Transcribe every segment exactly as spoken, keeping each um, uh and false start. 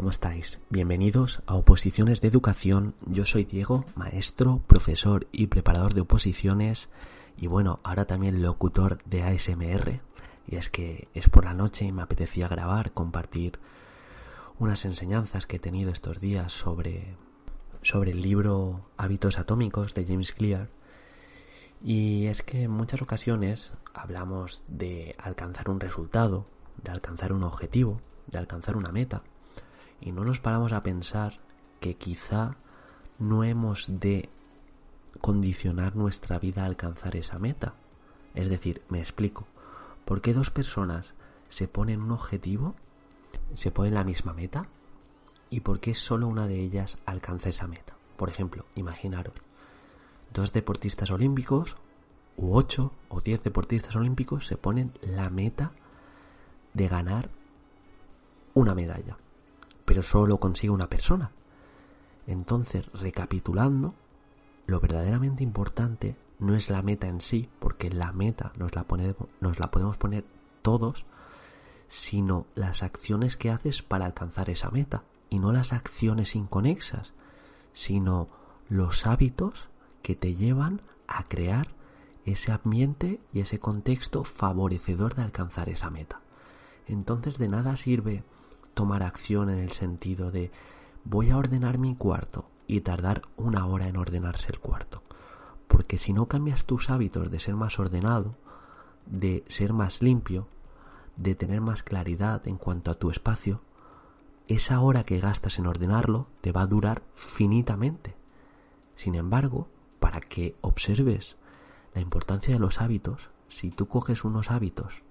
¿cómo estáis? Bienvenidos a Oposiciones de Educación. Yo soy Diego, maestro, profesor y preparador de oposiciones y bueno, ahora también locutor de A S M R. Y es que es por la noche y me apetecía grabar, compartir unas enseñanzas que he tenido estos días sobre, sobre el libro Hábitos Atómicos de James Clear. Y es que en muchas ocasiones hablamos de alcanzar un resultado, de alcanzar un objetivo, de alcanzar una meta, y no nos paramos a pensar que quizá no hemos de condicionar nuestra vida a alcanzar esa meta. Es decir, me explico, ¿por qué dos personas se ponen un objetivo, se ponen la misma meta, y por qué solo una de ellas alcanza esa meta? Por ejemplo, imaginaros, dos deportistas olímpicos, u ocho o diez deportistas olímpicos se ponen la meta de ganar una medalla, pero solo lo consigue una persona. Entonces, recapitulando, lo verdaderamente importante no es la meta en sí, porque la meta nos la, pone, nos la podemos poner todos, sino las acciones que haces para alcanzar esa meta, y no las acciones inconexas, sino los hábitos que te llevan a crear ese ambiente y ese contexto favorecedor de alcanzar esa meta. Entonces de nada sirve tomar acción en el sentido de voy a ordenar mi cuarto y tardar una hora en ordenarse el cuarto, porque si no cambias tus hábitos de ser más ordenado, de ser más limpio, de tener más claridad en cuanto a tu espacio, esa hora que gastas en ordenarlo te va a durar finitamente. Sin embargo, para que observes la importancia de los hábitos, si tú coges unos hábitos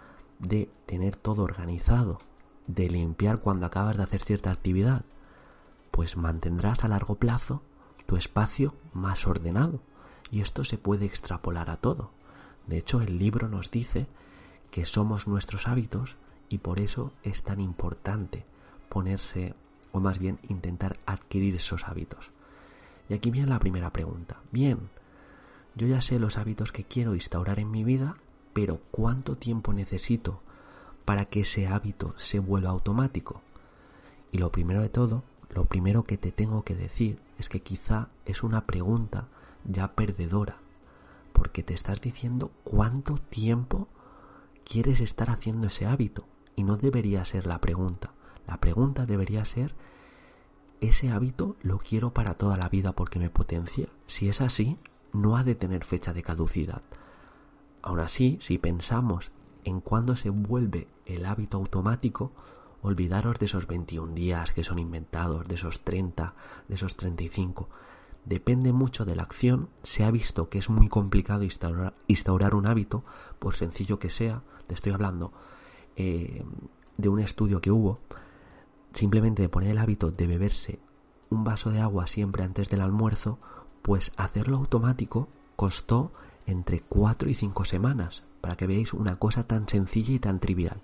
de tener todo organizado, de limpiar cuando acabas de hacer cierta actividad, pues mantendrás a largo plazo tu espacio más ordenado. Y esto se puede extrapolar a todo. De hecho, el libro nos dice que somos nuestros hábitos y por eso es tan importante ponerse, o más bien intentar adquirir esos hábitos. Y aquí viene la primera pregunta. Bien, yo ya sé los hábitos que quiero instaurar en mi vida, pero ¿cuánto tiempo necesito para que ese hábito se vuelva automático? Y lo primero de todo, lo primero que te tengo que decir es que quizá es una pregunta ya perdedora, porque te estás diciendo cuánto tiempo quieres estar haciendo ese hábito, y no debería ser la pregunta. La pregunta debería ser, ¿ese hábito lo quiero para toda la vida porque me potencia? Si es así, no ha de tener fecha de caducidad. Aún así, si pensamos en cuándo se vuelve el hábito automático, olvidaros de esos veintiún días que son inventados, de esos treinta, de esos treinta y cinco. Depende mucho de la acción. Se ha visto que es muy complicado instaurar, instaurar un hábito, por sencillo que sea. Te estoy hablando eh, de un estudio que hubo, simplemente de poner el hábito de beberse un vaso de agua siempre antes del almuerzo, pues hacerlo automático costó entre cuatro y cinco semanas, para que veáis una cosa tan sencilla y tan trivial.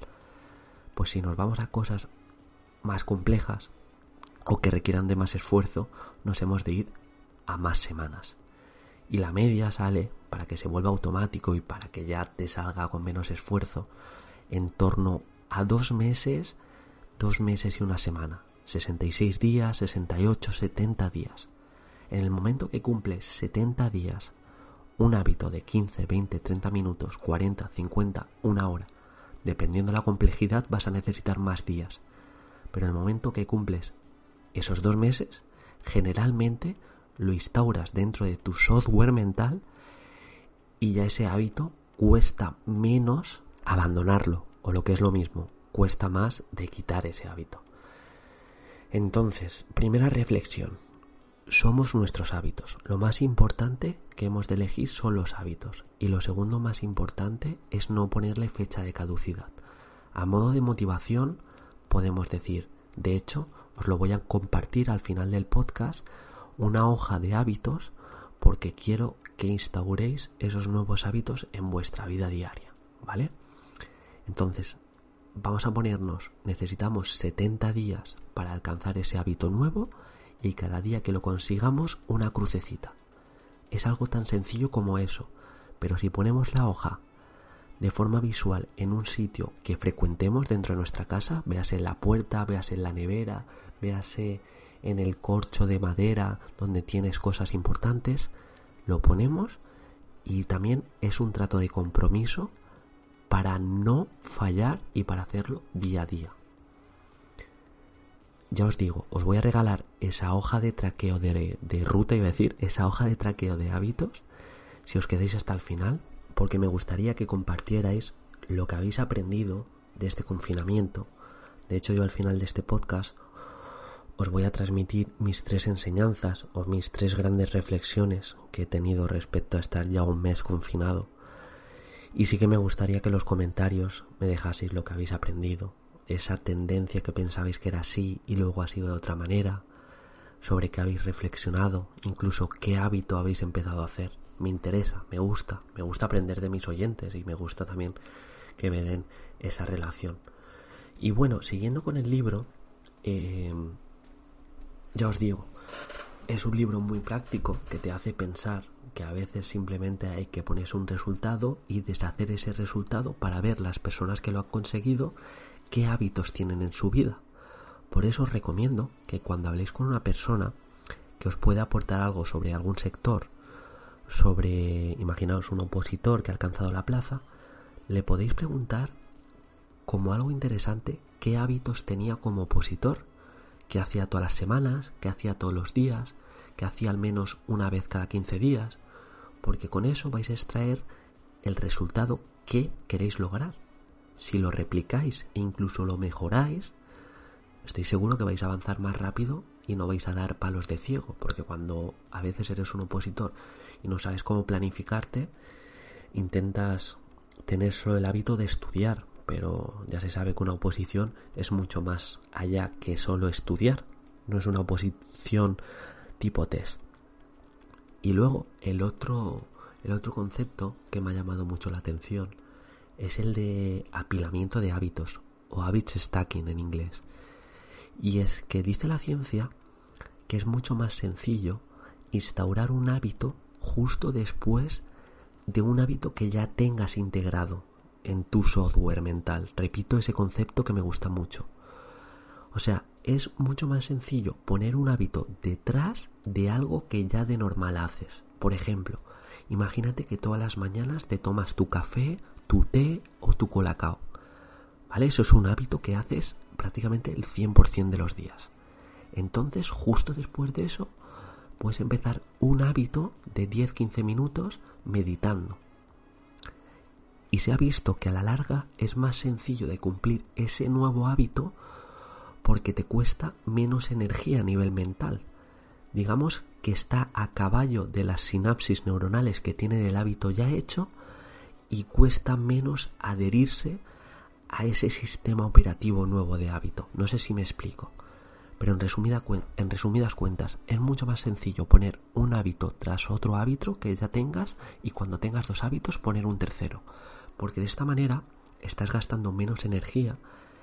Pues si nos vamos a cosas más complejas o que requieran de más esfuerzo, nos hemos de ir a más semanas. Y la media sale, para que se vuelva automático y para que ya te salga con menos esfuerzo, en torno a dos meses, dos meses y una semana. sesenta y seis días, sesenta y ocho, setenta días. En el momento que cumples setenta días, un hábito de quince, veinte, treinta minutos, cuarenta, cincuenta, una hora, dependiendo de la complejidad vas a necesitar más días. Pero en el momento que cumples esos dos meses, generalmente lo instauras dentro de tu software mental y ya ese hábito cuesta menos abandonarlo, o lo que es lo mismo, cuesta más de quitar ese hábito. Entonces, primera reflexión. Somos nuestros hábitos. Lo más importante que hemos de elegir son los hábitos. Y lo segundo más importante es no ponerle fecha de caducidad. A modo de motivación podemos decir, de hecho, os lo voy a compartir al final del podcast, una hoja de hábitos, porque quiero que instauréis esos nuevos hábitos en vuestra vida diaria, ¿vale? Entonces, vamos a ponernos, necesitamos setenta días para alcanzar ese hábito nuevo, y cada día que lo consigamos, una crucecita. Es algo tan sencillo como eso, pero si ponemos la hoja de forma visual en un sitio que frecuentemos dentro de nuestra casa, véase en la puerta, véase en la nevera, véase en el corcho de madera donde tienes cosas importantes, lo ponemos y también es un trato de compromiso para no fallar y para hacerlo día a día. Ya os digo, os voy a regalar esa hoja de traqueo de, de ruta, iba a decir, esa hoja de traqueo de hábitos, si os quedáis hasta el final, porque me gustaría que compartierais lo que habéis aprendido de este confinamiento. De hecho, yo al final de este podcast os voy a transmitir mis tres enseñanzas o mis tres grandes reflexiones que he tenido respecto a estar ya un mes confinado. Y sí que me gustaría que en los comentarios me dejaseis lo que habéis aprendido, esa tendencia que pensabais que era así y luego ha sido de otra manera, sobre qué habéis reflexionado, incluso qué hábito habéis empezado a hacer. Me interesa, me gusta, me gusta aprender de mis oyentes y me gusta también que me den esa relación. Y bueno, siguiendo con el libro, eh, ya os digo, es un libro muy práctico que te hace pensar que a veces simplemente hay que ponerse un resultado y deshacer ese resultado para ver las personas que lo han conseguido qué hábitos tienen en su vida. Por eso os recomiendo que cuando habléis con una persona que os pueda aportar algo sobre algún sector, sobre, imaginaos un opositor que ha alcanzado la plaza, le podéis preguntar como algo interesante qué hábitos tenía como opositor, qué hacía todas las semanas, qué hacía todos los días, qué hacía al menos una vez cada quince días, porque con eso vais a extraer el resultado que queréis lograr. Si lo replicáis e incluso lo mejoráis, estoy seguro que vais a avanzar más rápido y no vais a dar palos de ciego, porque cuando a veces eres un opositor y no sabes cómo planificarte, intentas tener solo el hábito de estudiar, pero ya se sabe que una oposición es mucho más allá que solo estudiar, no es una oposición tipo test. Y luego el otro, el otro concepto que me ha llamado mucho la atención es el de apilamiento de hábitos, o habit stacking en inglés. Y es que dice la ciencia que es mucho más sencillo instaurar un hábito justo después de un hábito que ya tengas integrado en tu software mental. Repito ese concepto que me gusta mucho. O sea, es mucho más sencillo poner un hábito detrás de algo que ya de normal haces. Por ejemplo, imagínate que todas las mañanas te tomas tu café, tu té o tu colacao. ¿Vale? Eso es un hábito que haces prácticamente el cien por ciento de los días. Entonces, justo después de eso, puedes empezar un hábito de diez a quince minutos meditando. Y se ha visto que a la larga es más sencillo de cumplir ese nuevo hábito porque te cuesta menos energía a nivel mental. Digamos que está a caballo de las sinapsis neuronales que tienen el hábito ya hecho y cuesta menos adherirse a ese sistema operativo nuevo de hábito. No sé si me explico, pero en, resumida, en resumidas cuentas es mucho más sencillo poner un hábito tras otro hábito que ya tengas y cuando tengas dos hábitos poner un tercero, porque de esta manera estás gastando menos energía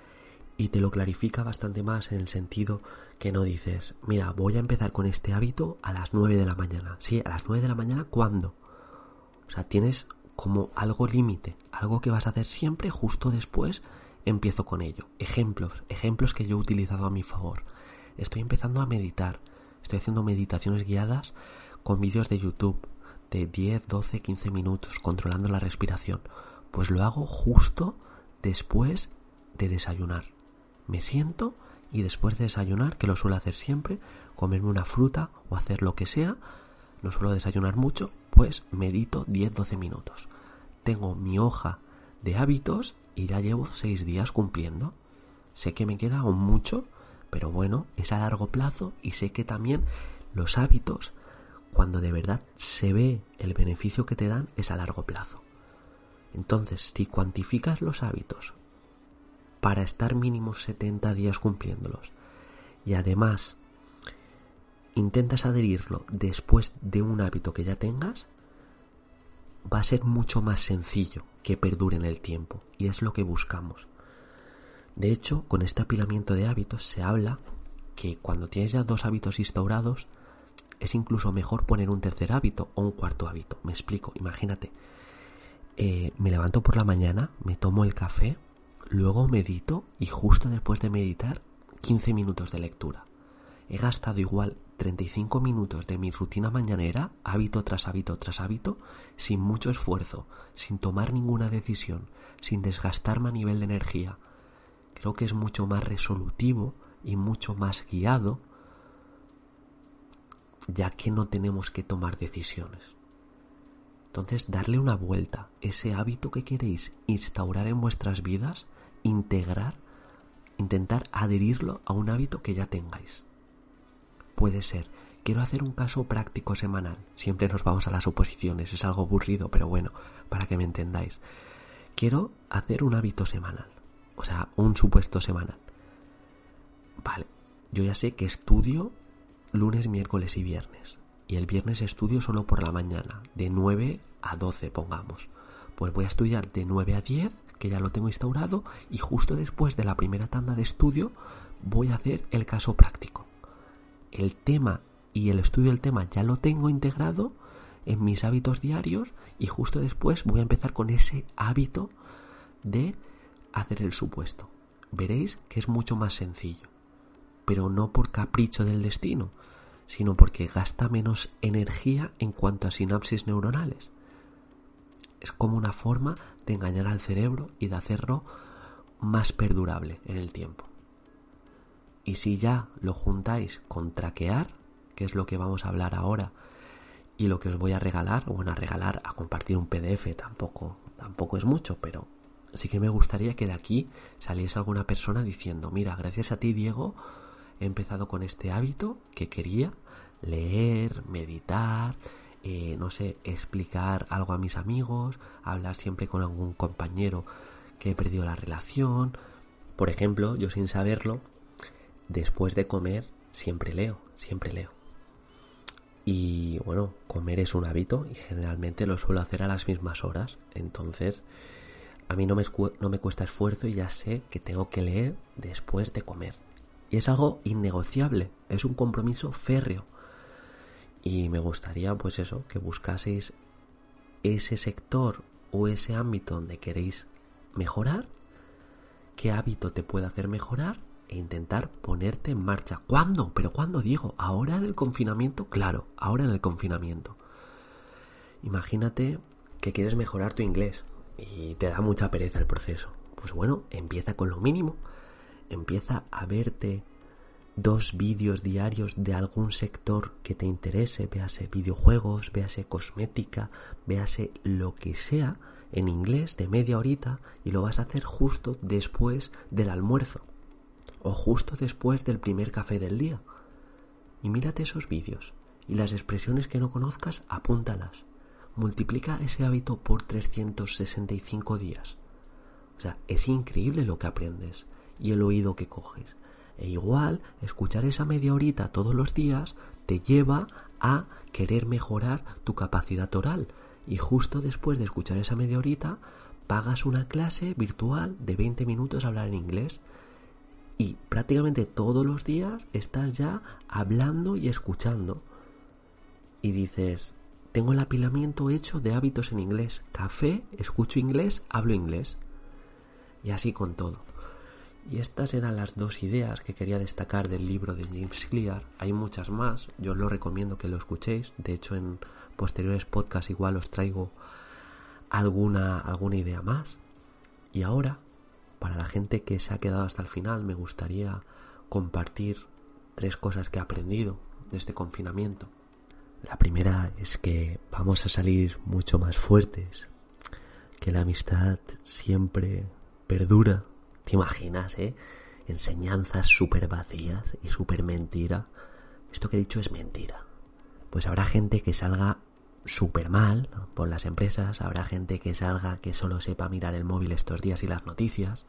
y te lo clarifica bastante más en el sentido que no dices, mira, voy a empezar con este hábito a las nueve de la mañana. Sí, a las nueve de la mañana, ¿cuándo? O sea, tienes como algo límite, algo que vas a hacer siempre, justo después empiezo con ello. Ejemplos, ejemplos que yo he utilizado a mi favor. Estoy empezando a meditar, estoy haciendo meditaciones guiadas con vídeos de YouTube de diez, doce, quince minutos, controlando la respiración. Pues lo hago justo después de desayunar. Me siento y después de desayunar, que lo suelo hacer siempre, comerme una fruta o hacer lo que sea, no suelo desayunar mucho, pues medito diez a doce minutos. Tengo mi hoja de hábitos y ya llevo seis días cumpliendo. Sé que me queda aún mucho, pero bueno, es a largo plazo y sé que también los hábitos, cuando de verdad se ve el beneficio que te dan, es a largo plazo. Entonces, si cuantificas los hábitos para estar mínimo setenta días cumpliéndolos y además intentas adherirlo después de un hábito que ya tengas, va a ser mucho más sencillo que perdure en el tiempo y es lo que buscamos. De hecho, con este apilamiento de hábitos se habla que cuando tienes ya dos hábitos instaurados es incluso mejor poner un tercer hábito o un cuarto hábito. Me explico, imagínate, eh, me levanto por la mañana, me tomo el café, luego medito y justo después de meditar quince minutos de lectura. He gastado igual treinta y cinco minutos de mi rutina mañanera, hábito tras hábito tras hábito, sin mucho esfuerzo, sin tomar ninguna decisión, sin desgastarme a nivel de energía. Creo que es mucho más resolutivo y mucho más guiado, ya que no tenemos que tomar decisiones. Entonces, darle una vuelta, ese hábito que queréis instaurar en vuestras vidas, integrar, intentar adherirlo a un hábito que ya tengáis. Puede ser, quiero hacer un caso práctico semanal. Siempre nos vamos a las suposiciones, es algo aburrido, pero bueno, para que me entendáis. Quiero hacer un hábito semanal, o sea, un supuesto semanal. Vale, yo ya sé que estudio lunes, miércoles y viernes. Y el viernes estudio solo por la mañana, de nueve a doce, pongamos. Pues voy a estudiar de nueve a diez, que ya lo tengo instaurado, y justo después de la primera tanda de estudio voy a hacer el caso práctico. El tema y el estudio del tema ya lo tengo integrado en mis hábitos diarios y justo después voy a empezar con ese hábito de hacer el supuesto. Veréis que es mucho más sencillo, pero no por capricho del destino, sino porque gasta menos energía en cuanto a sinapsis neuronales. Es como una forma de engañar al cerebro y de hacerlo más perdurable en el tiempo. Y si ya lo juntáis con traquear, que es lo que vamos a hablar ahora, y lo que os voy a regalar, bueno, a regalar, a compartir un P D F, tampoco, tampoco es mucho, pero sí que me gustaría que de aquí saliese alguna persona diciendo, mira, gracias a ti, Diego, he empezado con este hábito que quería, leer, meditar, eh, no sé, explicar algo a mis amigos, hablar siempre con algún compañero que he perdido la relación. Por ejemplo, yo sin saberlo, después de comer siempre leo, siempre leo. Y bueno, comer es un hábito y generalmente lo suelo hacer a las mismas horas. Entonces, a mí no me, no me cuesta esfuerzo y ya sé que tengo que leer después de comer. Y es algo innegociable, es un compromiso férreo. Y me gustaría, pues eso, que buscaseis ese sector o ese ámbito donde queréis mejorar, qué hábito te puede hacer mejorar e intentar ponerte en marcha. ¿Cuándo? ¿Pero cuándo, Diego? ¿Ahora en el confinamiento? Claro, ahora en el confinamiento. Imagínate que quieres mejorar tu inglés y te da mucha pereza el proceso. Pues bueno, empieza con lo mínimo. Empieza a verte dos vídeos diarios de algún sector que te interese, véase videojuegos, véase cosmética, véase lo que sea en inglés de media horita y lo vas a hacer justo después del almuerzo o justo después del primer café del día. Y mírate esos vídeos y las expresiones que no conozcas, apúntalas. Multiplica ese hábito por trescientos sesenta y cinco días. O sea, es increíble lo que aprendes y el oído que coges. E igual, escuchar esa media horita todos los días te lleva a querer mejorar tu capacidad oral. Y justo después de escuchar esa media horita, pagas una clase virtual de veinte minutos a hablar en inglés. Y prácticamente todos los días estás ya hablando y escuchando. Y dices, tengo el apilamiento hecho de hábitos en inglés. Café, escucho inglés, hablo inglés. Y así con todo. Y estas eran las dos ideas que quería destacar del libro de James Clear. Hay muchas más, yo os lo recomiendo que lo escuchéis. De hecho, en posteriores podcasts igual os traigo alguna, alguna idea más. Y ahora, para la gente que se ha quedado hasta el final, me gustaría compartir tres cosas que he aprendido de este confinamiento. La primera es que vamos a salir mucho más fuertes, que la amistad siempre perdura. ¿Te imaginas, eh? Enseñanzas súper vacías y súper mentira. Esto que he dicho es mentira. Pues habrá gente que salga súper mal, ¿no?, por las empresas. Habrá gente que salga que solo sepa mirar el móvil estos días y las noticias.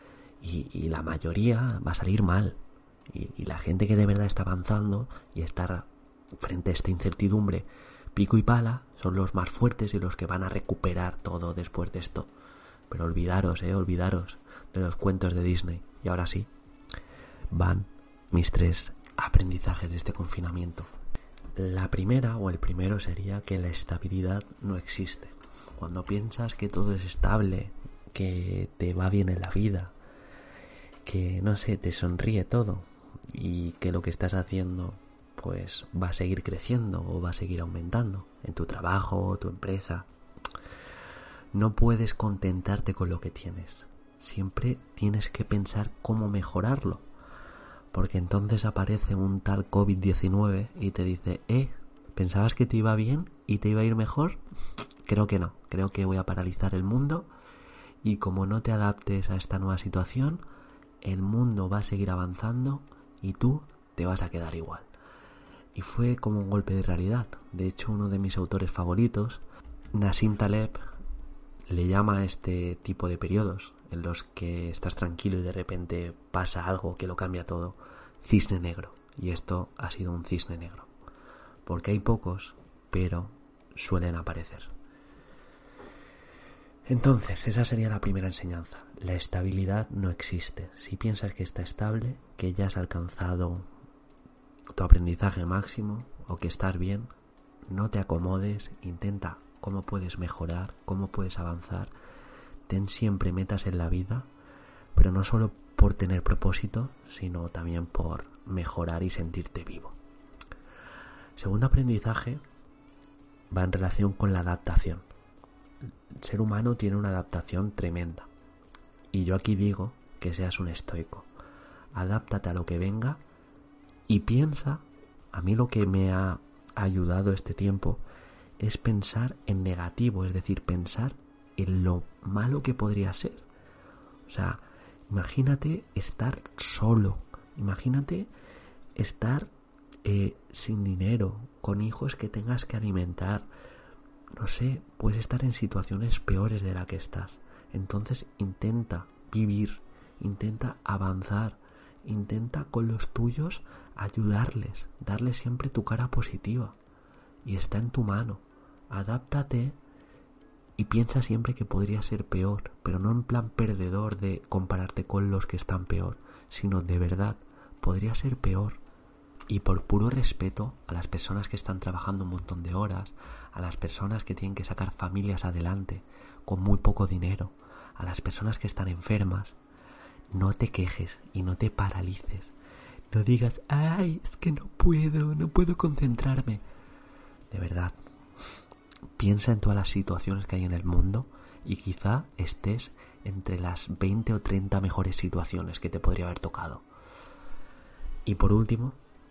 Y, y la mayoría va a salir mal. Y, y la gente que de verdad está avanzando y está frente a esta incertidumbre, pico y pala, son los más fuertes y los que van a recuperar todo después de esto. Pero olvidaros, eh, olvidaros de los cuentos de Disney. Y ahora sí, van mis tres aprendizajes de este confinamiento. La primera, o el primero, sería que la estabilidad no existe. cuando piensas que todo es estable, que te va bien en la vida, que no sé, te sonríe todo y que lo que estás haciendo pues va a seguir creciendo o va a seguir aumentando en tu trabajo o tu empresa, no puedes contentarte con lo que tienes. Siempre tienes que pensar cómo mejorarlo, porque entonces aparece un tal covid diecinueve y te dice, eh, ¿pensabas que te iba bien y te iba a ir mejor? Creo que no, creo que voy a paralizar el mundo y como no te adaptes a esta nueva situación, el mundo va a seguir avanzando y tú te vas a quedar igual. Y fue como un golpe de realidad. De hecho, uno de mis autores favoritos, Nassim Taleb, le llama a este tipo de periodos en los que estás tranquilo y de repente pasa algo que lo cambia todo, cisne negro. Y esto ha sido un cisne negro, porque hay pocos, pero suelen aparecer. Entonces, esa sería la primera enseñanza. La estabilidad no existe. Si piensas que está estable, que ya has alcanzado tu aprendizaje máximo o que estás bien, no te acomodes, intenta cómo puedes mejorar, cómo puedes avanzar. Ten siempre metas en la vida, pero no solo por tener propósito, sino también por mejorar y sentirte vivo. Segundo aprendizaje va en relación con la adaptación. El ser humano tiene una adaptación tremenda. Y yo aquí digo que seas un estoico. Adáptate a lo que venga y piensa, a mí lo que me ha ayudado este tiempo es pensar en negativo, es decir, pensar en lo malo que podría ser. O sea, imagínate estar solo, imagínate estar eh, sin dinero, con hijos que tengas que alimentar, no sé, puedes estar en situaciones peores de la que estás. Entonces intenta vivir, intenta avanzar, intenta con los tuyos ayudarles, darles siempre tu cara positiva. Y está en tu mano. Adáptate y piensa siempre que podría ser peor, pero no en plan perdedor de compararte con los que están peor, sino de verdad, podría ser peor. Y por puro respeto a las personas que están trabajando un montón de horas, a las personas que tienen que sacar familias adelante con muy poco dinero, a las personas que están enfermas, no te quejes y no te paralices. No digas, ay, es que no puedo, no puedo concentrarme. De verdad, piensa en todas las situaciones que hay en el mundo y quizá estés entre las veinte o treinta mejores situaciones que te podría haber tocado. Y por último,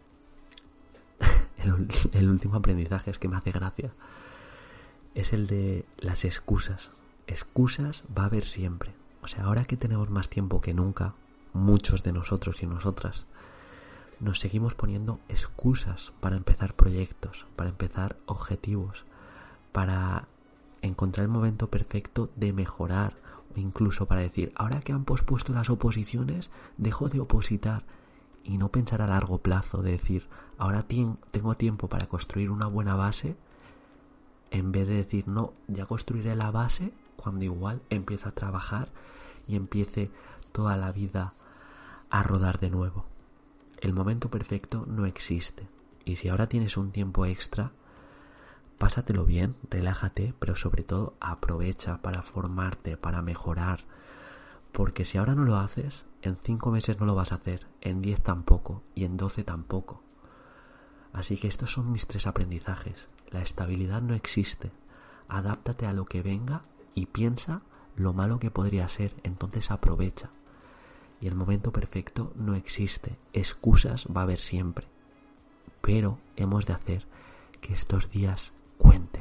el, el último aprendizaje, es que me hace gracia, es el de las excusas. Excusas va a haber siempre. O sea, ahora que tenemos más tiempo que nunca, muchos de nosotros y nosotras, nos seguimos poniendo excusas para empezar proyectos, para empezar objetivos, para encontrar el momento perfecto de mejorar, o incluso para decir, ahora que han pospuesto las oposiciones, dejo de opositar, y no pensar a largo plazo, de decir, ahora tengo tiempo para construir una buena base, en vez de decir, no, ya construiré la base cuando igual empiece a trabajar y empiece toda la vida a rodar de nuevo. El momento perfecto no existe. Y si ahora tienes un tiempo extra, pásatelo bien, relájate, pero sobre todo aprovecha para formarte, para mejorar. Porque si ahora no lo haces, en cinco meses no lo vas a hacer, en diez tampoco y en doce tampoco. Así que estos son mis tres aprendizajes. La estabilidad no existe. Adáptate a lo que venga y piensa lo malo que podría ser, entonces aprovecha. Y el momento perfecto no existe. Excusas va a haber siempre. Pero hemos de hacer que estos días cuenten.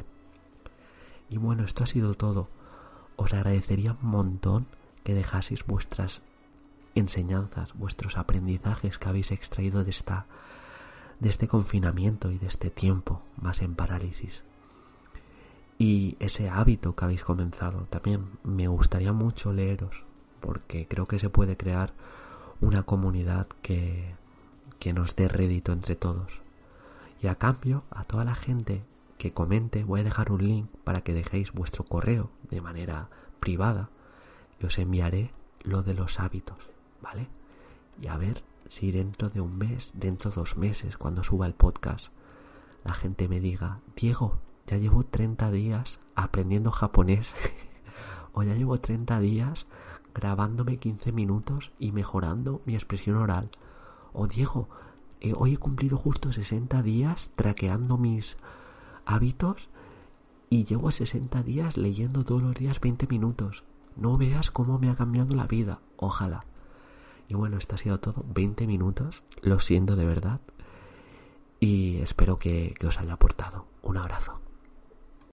Y bueno, esto ha sido todo. Os agradecería un montón que dejaseis vuestras enseñanzas, vuestros aprendizajes que habéis extraído de esta, de este confinamiento y de este tiempo más en parálisis. Y ese hábito que habéis comenzado también me gustaría mucho leeros, porque creo que se puede crear una comunidad que, que nos dé rédito entre todos. Y a cambio, a toda la gente que comente, voy a dejar un link para que dejéis vuestro correo de manera privada y os enviaré lo de los hábitos, ¿vale? Y a ver si dentro de un mes, dentro de dos meses, cuando suba el podcast, la gente me diga, Diego, ya llevo treinta días aprendiendo japonés o ya llevo treinta días grabándome quince minutos y mejorando mi expresión oral. O Diego, eh, hoy he cumplido justo sesenta días traqueando mis hábitos y llevo sesenta días leyendo todos los días veinte minutos. No veas cómo me ha cambiado la vida. Ojalá. Y bueno, esto ha sido todo. veinte minutos. Lo siento de verdad. Y espero que, que os haya aportado. Un abrazo.